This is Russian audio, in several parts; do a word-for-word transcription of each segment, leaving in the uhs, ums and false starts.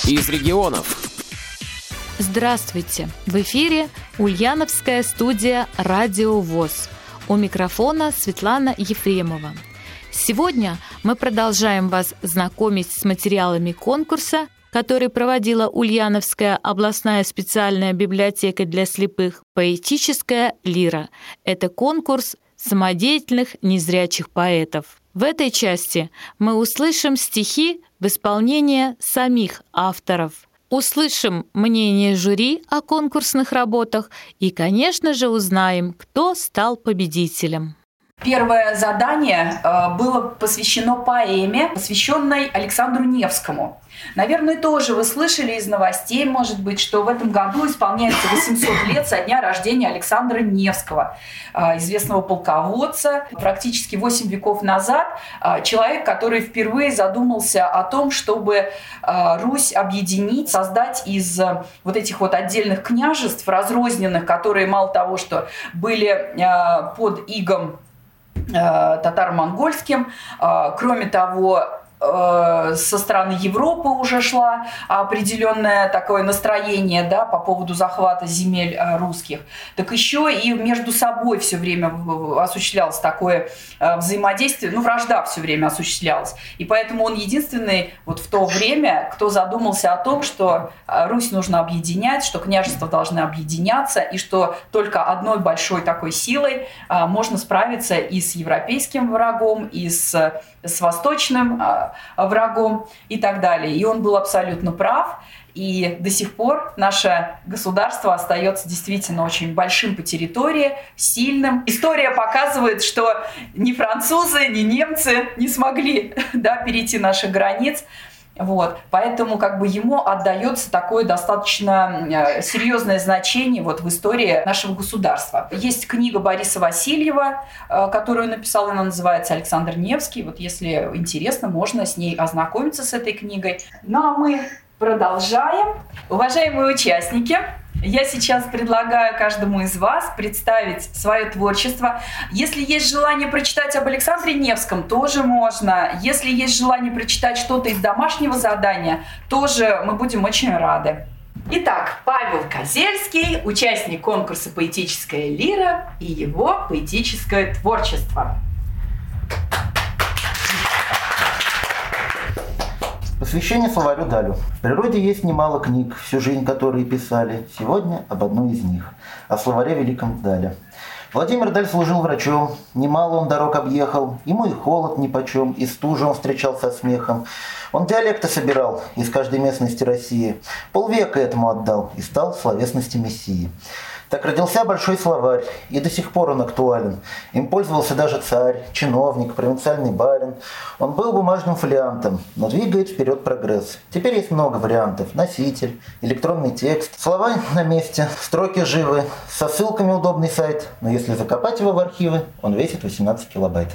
из регионов. Здравствуйте! В эфире Ульяновская студия «Радио ВОС». У микрофона Светлана Ефремова. Сегодня мы продолжаем вас знакомить с материалами конкурса, который проводила Ульяновская областная специальная библиотека для слепых «Поэтическая лира». Это конкурс самодеятельных незрячих поэтов. В этой части мы услышим стихи в исполнении самих авторов, услышим мнение жюри о конкурсных работах и, конечно же, узнаем, кто стал победителем. Первое задание было посвящено поэме, посвященной Александру Невскому. Наверное, тоже вы слышали из новостей, может быть, что в этом году исполняется восемьсот лет со дня рождения Александра Невского, известного полководца. Практически восемь веков назад человек, который впервые задумался о том, чтобы Русь объединить, создать из вот этих вот отдельных княжеств, разрозненных, которые мало того, что были под игом татаро-монгольским, кроме того, со стороны Европы уже шла определенное такое настроение, да, по поводу захвата земель русских, так еще и между собой все время осуществлялось такое взаимодействие, ну, вражда все время осуществлялась. И поэтому он единственный вот в то время, кто задумался о том, что Русь нужно объединять, что княжества должны объединяться, и что только одной большой такой силой можно справиться и с европейским врагом, и с, с восточным врагом и так далее. И он был абсолютно прав. И до сих пор наше государство остается действительно очень большим по территории, сильным. История показывает, что ни французы, ни немцы не смогли, да, перейти наших границ. Вот. Поэтому как бы ему отдается такое достаточно серьезное значение вот в истории нашего государства. Есть книга Бориса Васильева, которую написал, она называется «Александр Невский». Вот если интересно, можно с ней ознакомиться, с этой книгой. Ну а мы продолжаем. Уважаемые участники, я сейчас предлагаю каждому из вас представить свое творчество. Если есть желание прочитать об Александре Невском, тоже можно. Если есть желание прочитать что-то из домашнего задания, тоже мы будем очень рады. Итак, Павел Козельский, участник конкурса «Поэтическая лира» и его поэтическое творчество. Посвящение словарю Далю. В природе есть немало книг, всю жизнь которые писали. Сегодня об одной из них, о словаре великом Даля. Владимир Даль служил врачом, немало он дорог объехал, ему и холод нипочем, и стужу он встречал со смехом. Он диалекты собирал из каждой местности России, полвека этому отдал и стал словесности мессии. Так родился большой словарь, и до сих пор он актуален. Им пользовался даже царь, чиновник, провинциальный барин. Он был бумажным фолиантом, но двигает вперед прогресс. Теперь есть много вариантов. Носитель, электронный текст, слова на месте, строки живы, со ссылками удобный сайт. Но если закопать его в архивы, он весит восемнадцать килобайт.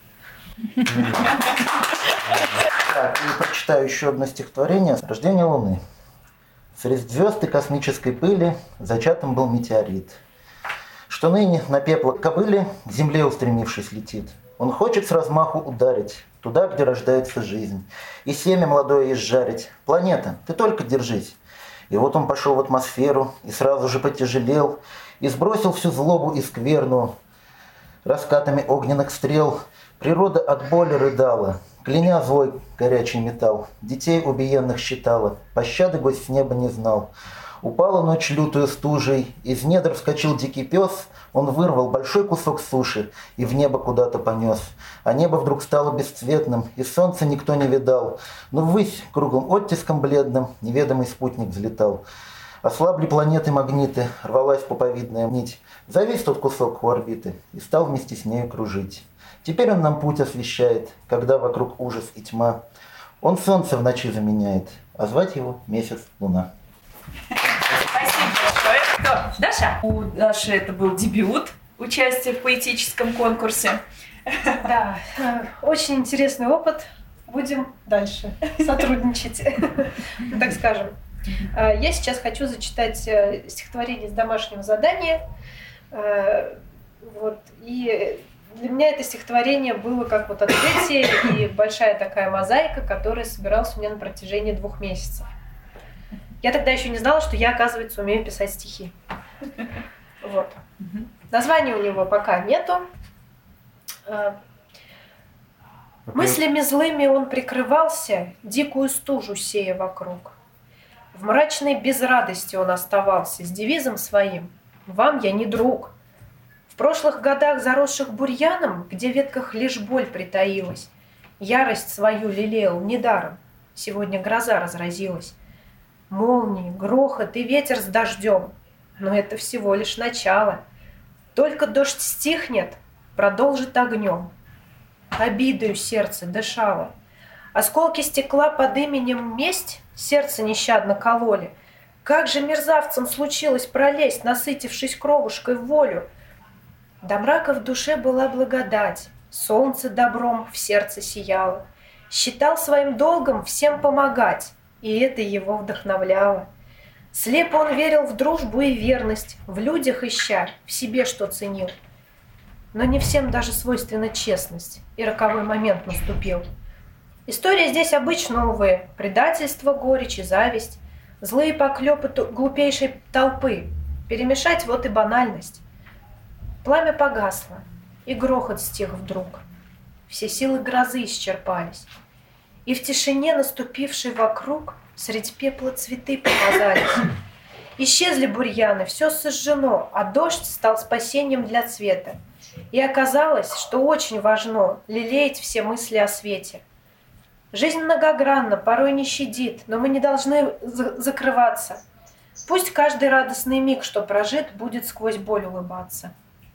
Так, и прочитаю еще одно стихотворение «Рождение Луны». Среди звезд и космической пыли зачатым был метеорит, что ныне на пепло кобыли к земле устремившись летит. Он хочет с размаху ударить туда, где рождается жизнь, и семя молодое изжарить. Планета, ты только держись. И вот он пошел в атмосферу и сразу же потяжелел, и сбросил всю злобу и скверну раскатами огненных стрел. Природа от боли рыдала, кляня злой горячий металл, детей убиенных считала, пощады гость с неба не знал. Упала ночь лютую стужей, из недр вскочил дикий пес, он вырвал большой кусок суши и в небо куда-то понес. А небо вдруг стало бесцветным, и солнца никто не видал, но ввысь круглым оттиском бледным неведомый спутник взлетал. Ослабли планеты магниты, рвалась пуповидная нить, завис тот кусок у орбиты и стал вместе с нею кружить. Теперь он нам путь освещает, когда вокруг ужас и тьма. Он солнце в ночи заменяет, а звать его месяц луна. Спасибо большое. Кто? Даша? У Даши это был дебют участия в поэтическом конкурсе. Да, очень интересный опыт. Будем дальше сотрудничать, так скажем. Я сейчас хочу зачитать стихотворение из домашнего задания. Вот. И для меня это стихотворение было как вот открытие и большая такая мозаика, которая собиралась у меня на протяжении двух месяцев. Я тогда еще не знала, что я, оказывается, умею писать стихи. Вот. Названия у него пока нету. Мыслями злыми он прикрывался, дикую стужу сея вокруг. В мрачной безрадости он оставался с девизом своим: «Вам я не друг». В прошлых годах, заросших бурьяном, где в ветках лишь боль притаилась, ярость свою лелеял недаром. Сегодня гроза разразилась. Молнии, грохот и ветер с дождем. Но это всего лишь начало. Только дождь стихнет, продолжит огнем. Обидою сердце дышало. Осколки стекла под именем месть сердце нещадно кололи. Как же мерзавцам случилось пролезть, насытившись кровушкой в волю? До мрака в душе была благодать, солнце добром в сердце сияло. Считал своим долгом всем помогать, и это его вдохновляло. Слепо он верил в дружбу и верность, в людях ища, в себе что ценил. Но не всем даже свойственна честность, и роковой момент наступил. История здесь обычно, увы, предательство, горечь и зависть, злые поклепы глупейшей толпы, перемешать вот и банальность. Пламя погасло, и грохот стих вдруг. Все силы грозы исчерпались, и в тишине, наступившей вокруг, средь пепла цветы показались. Исчезли бурьяны, все сожжено, а дождь стал спасением для цвета. И оказалось, что очень важно лелеять все мысли о свете. Жизнь многогранна, порой не щадит, но мы не должны за- закрываться. Пусть каждый радостный миг, что прожит, будет сквозь боль улыбаться.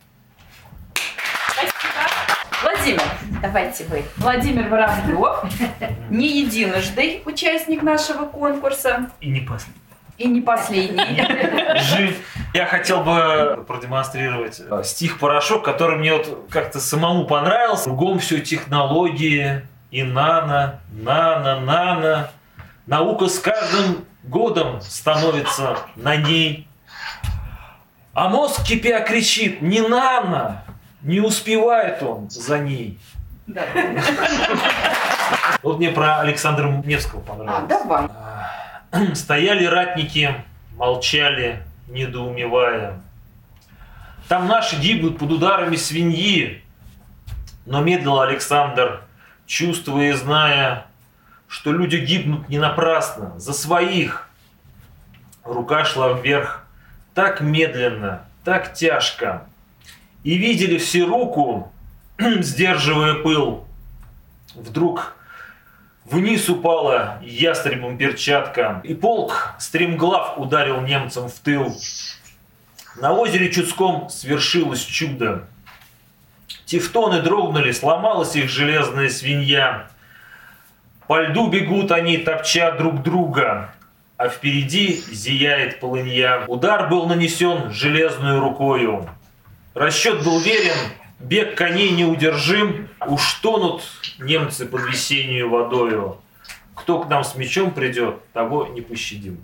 Владимир, давайте вы. Владимир Воробьев, не единожды участник нашего конкурса. И не последний. И не последний. Жив. Я хотел бы продемонстрировать стих «Порошок», который мне вот как-то самому понравился. Кругом все технологии и нано, нано, нано. Наука с каждым годом становится на ней. А мозг, кипя, кричит: не нано, не успевает он за ней. Да. Вот мне про Александра Невского понравилось. А, давай. Стояли ратники, молчали, недоумевая. Там наши гибнут под ударами свиньи. Но медлил Александр, чувствуя и зная, что люди гибнут не напрасно, за своих. Рука шла вверх так медленно, так тяжко. И видели все руку, сдерживая пыл. Вдруг вниз упала ястребом перчатка, и полк стремглав ударил немцам в тыл. На озере Чудском свершилось чудо. Тевтоны дрогнули, сломалась их железная свинья. По льду бегут они, топча друг друга, а впереди зияет полынья. Удар был нанесен железную рукою. Расчет был верен, бег коней неудержим. Уж тонут немцы под весеннюю водою. Кто к нам с мечом придет, того не пощадим.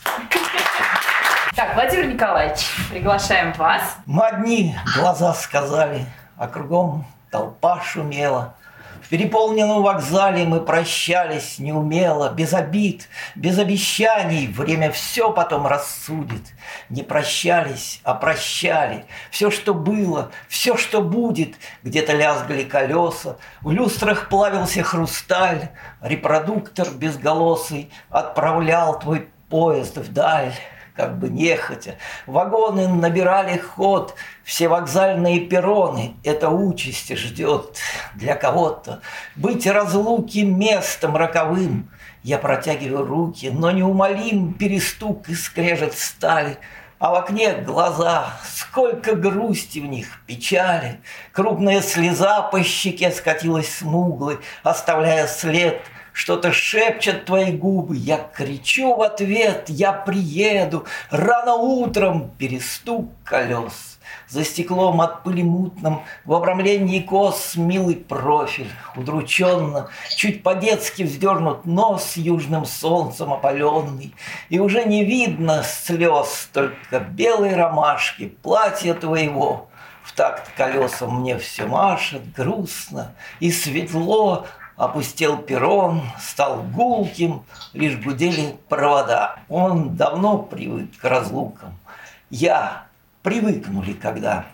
Так, Владимир Николаевич, приглашаем вас. Мы одни глаза сказали, а кругом толпа шумела. В переполненном вокзале мы прощались неумело, без обид, без обещаний. Время все потом рассудит. Не прощались, а прощали. Все, что было, все, что будет. Где-то лязгали колеса, в люстрах плавился хрусталь. Репродуктор безголосый отправлял твой поезд вдаль. Как бы нехотя, вагоны набирали ход, все вокзальные перроны, эта участь ждет для кого-то. Быть разлуки местом роковым, я протягиваю руки, но неумолим перестук и скрежет стали. А в окне глаза, сколько грусти в них, печали. Крупная слеза по щеке скатилась смуглой, оставляя след. Что-то шепчут твои губы, я кричу в ответ, я приеду. Рано утром перестук колес. За стеклом от пыли мутном в обрамлении кос милый профиль. Удрученно, чуть по-детски вздернут нос южным солнцем опаленный. И уже не видно слез, только белые ромашки, платье твоего. В такт колесам мне все машет грустно и светло. Опустел перрон, стал гулким, лишь гудели провода. Он давно привык к разлукам. Я привыкнули когда.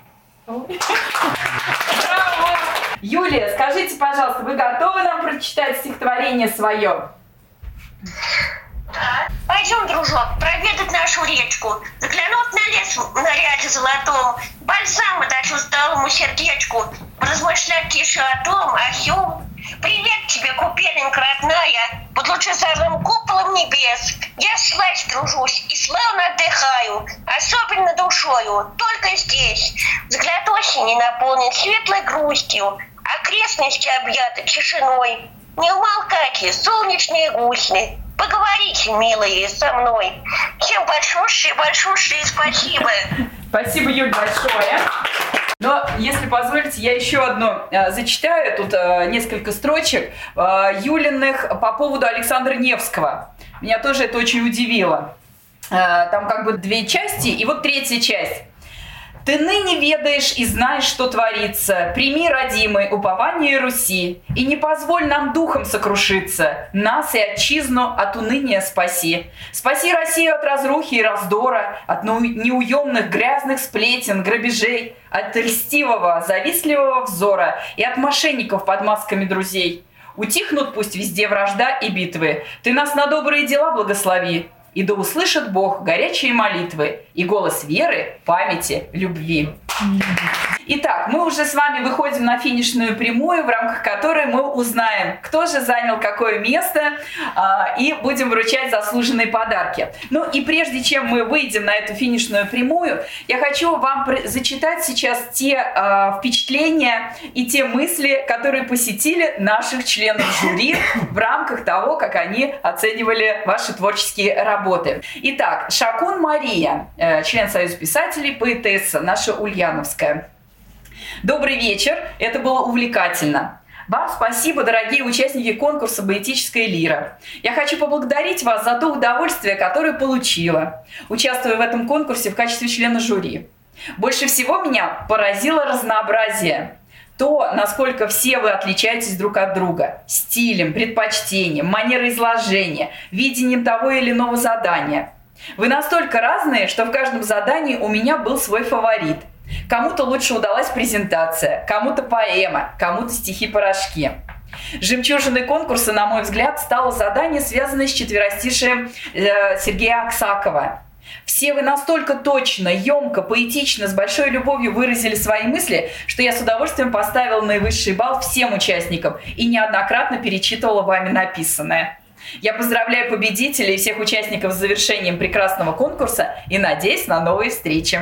Юлия, скажите, пожалуйста, вы готовы нам прочитать стихотворение свое? Пойдем, дружок, проведать нашу речку, заглянуть на лес в наряде золотом, бальзама дать усталому сердечку, размышлять тише о том, о сём. Привет тебе, купеленька родная, под лучезарным куполом небес. Я слазь тружусь и славно отдыхаю, особенно душою, только здесь. Взгляд осени наполнен светлой грустью, окрестности объяты тишиной. Не умолкайте, солнечные гусли, поговорите, милые, со мной. Всем большущее-большущее спасибо. Спасибо, Юль, большое. Но, если позволите, я еще одно э, зачитаю. Тут э, несколько строчек э, Юлиных по поводу Александра Невского. Меня тоже это очень удивило. Э, там как бы две части, и вот третья часть. Ты ныне ведаешь и знаешь, что творится. Прими, родимый, упование Руси, и не позволь нам духом сокрушиться. Нас и отчизну от уныния спаси. Спаси Россию от разрухи и раздора, от неуемных грязных сплетен, грабежей, от льстивого, завистливого взора и от мошенников под масками друзей. Утихнут пусть везде вражда и битвы. Ты нас на добрые дела благослови. И да услышит Бог горячие молитвы и голос веры, памяти, любви. Итак, мы уже с вами выходим на финишную прямую, в рамках которой мы узнаем, кто же занял какое место, и будем вручать заслуженные подарки. Ну и прежде чем мы выйдем на эту финишную прямую, я хочу вам зачитать сейчас те впечатления и те мысли, которые посетили наших членов жюри в рамках того, как они оценивали ваши творческие работы. Итак, Шакун Мария, член Союза писателей, поэтесса, наша ульяновская. Добрый вечер, это было увлекательно. Вам спасибо, дорогие участники конкурса «Поэтическая лира». Я хочу поблагодарить вас за то удовольствие, которое получила, участвуя в этом конкурсе в качестве члена жюри. Больше всего меня поразило разнообразие. То, насколько все вы отличаетесь друг от друга стилем, предпочтением, манерой изложения, видением того или иного задания. Вы настолько разные, что в каждом задании у меня был свой фаворит. Кому-то лучше удалась презентация, кому-то поэма, кому-то стихи-порошки. Жемчужиной конкурса, на мой взгляд, стало задание, связанное с четверостишием э, Сергея Аксакова. Все вы настолько точно, емко, поэтично, с большой любовью выразили свои мысли, что я с удовольствием поставила наивысший балл всем участникам и неоднократно перечитывала вами написанное. Я поздравляю победителей и всех участников с завершением прекрасного конкурса и надеюсь на новые встречи.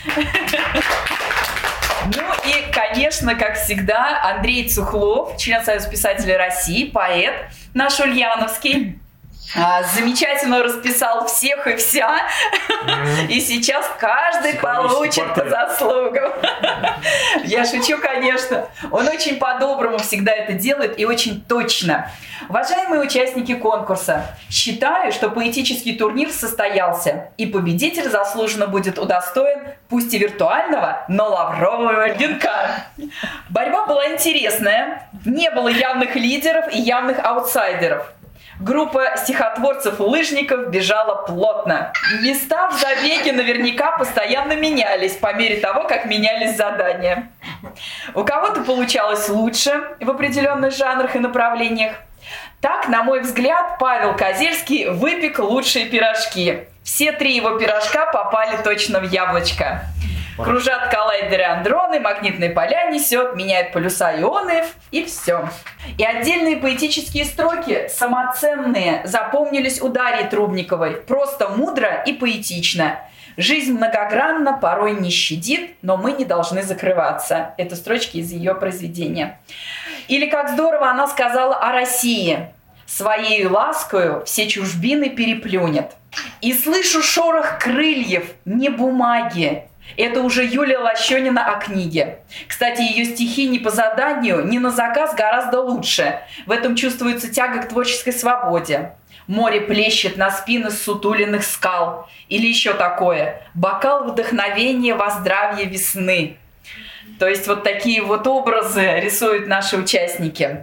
Ну и, конечно, как всегда, Андрей Цухлов, член Союза писателей России, поэт наш ульяновский. Замечательно расписал всех и вся. И сейчас каждый получит по заслугам. Я шучу, конечно. Он очень по-доброму всегда это делает и очень точно. Уважаемые участники конкурса, считаю, что поэтический турнир состоялся, и победитель заслуженно будет удостоен, пусть и виртуального, но лаврового венка. Борьба была интересная, не было явных лидеров и явных аутсайдеров. Группа стихотворцев-лыжников бежала плотно. Места в забеге наверняка постоянно менялись по мере того, как менялись задания. У кого-то получалось лучше в определенных жанрах и направлениях. Так, на мой взгляд, Павел Козельский выпек лучшие пирожки. Все три его пирожка попали точно в яблочко. Кружат коллайдеры андроны, магнитные поля несет, меняет полюса ионы, и все. И отдельные поэтические строки, самоценные, запомнились у Дарьи Трубниковой. Просто мудро и поэтично. Жизнь многогранна, порой не щадит, но мы не должны закрываться. Это строчки из ее произведения. Или как здорово она сказала о России. Своей ласкою все чужбины переплюнет. И слышу шорох крыльев, не бумаги. Это уже Юлия Лощёнина о книге. Кстати, ее стихи не по заданию, не на заказ гораздо лучше. В этом чувствуется тяга к творческой свободе. Море плещет на спины сутуленных скал. Или еще такое. Бокал вдохновения во здравие весны. То есть вот такие вот образы рисуют наши участники.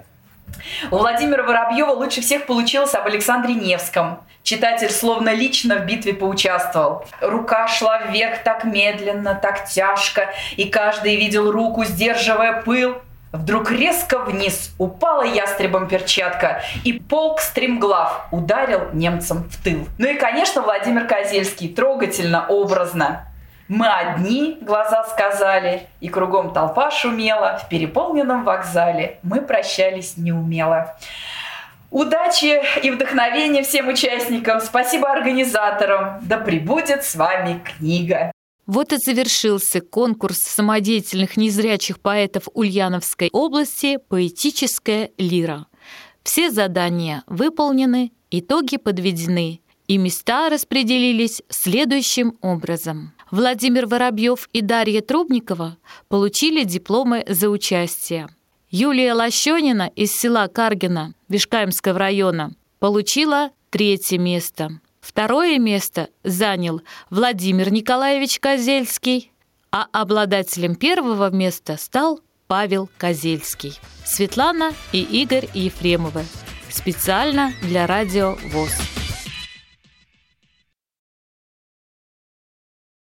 У Владимира Воробьева лучше всех получилось об Александре Невском. Читатель словно лично в битве поучаствовал. Рука шла вверх так медленно, так тяжко, и каждый видел руку, сдерживая пыл. Вдруг резко вниз упала ястребом перчатка, и полк стремглав ударил немцам в тыл. Ну и, конечно, Владимир Козельский трогательно, образно. Мы одни, глаза сказали, и кругом толпа шумела. В переполненном вокзале мы прощались неумело. Удачи и вдохновения всем участникам. Спасибо организаторам. Да пребудет с вами книга. Вот и завершился конкурс самодеятельных незрячих поэтов Ульяновской области «Поэтическая лира». Все задания выполнены, итоги подведены, и места распределились следующим образом. Владимир Воробьев и Дарья Трубникова получили дипломы за участие. Юлия Лощёнина из села Каргино Вишкаемского района получила третье место. Второе место занял Владимир Николаевич Козельский, а обладателем первого места стал Павел Козельский. Светлана и Игорь Ефремовы. Специально для Радио ВОС.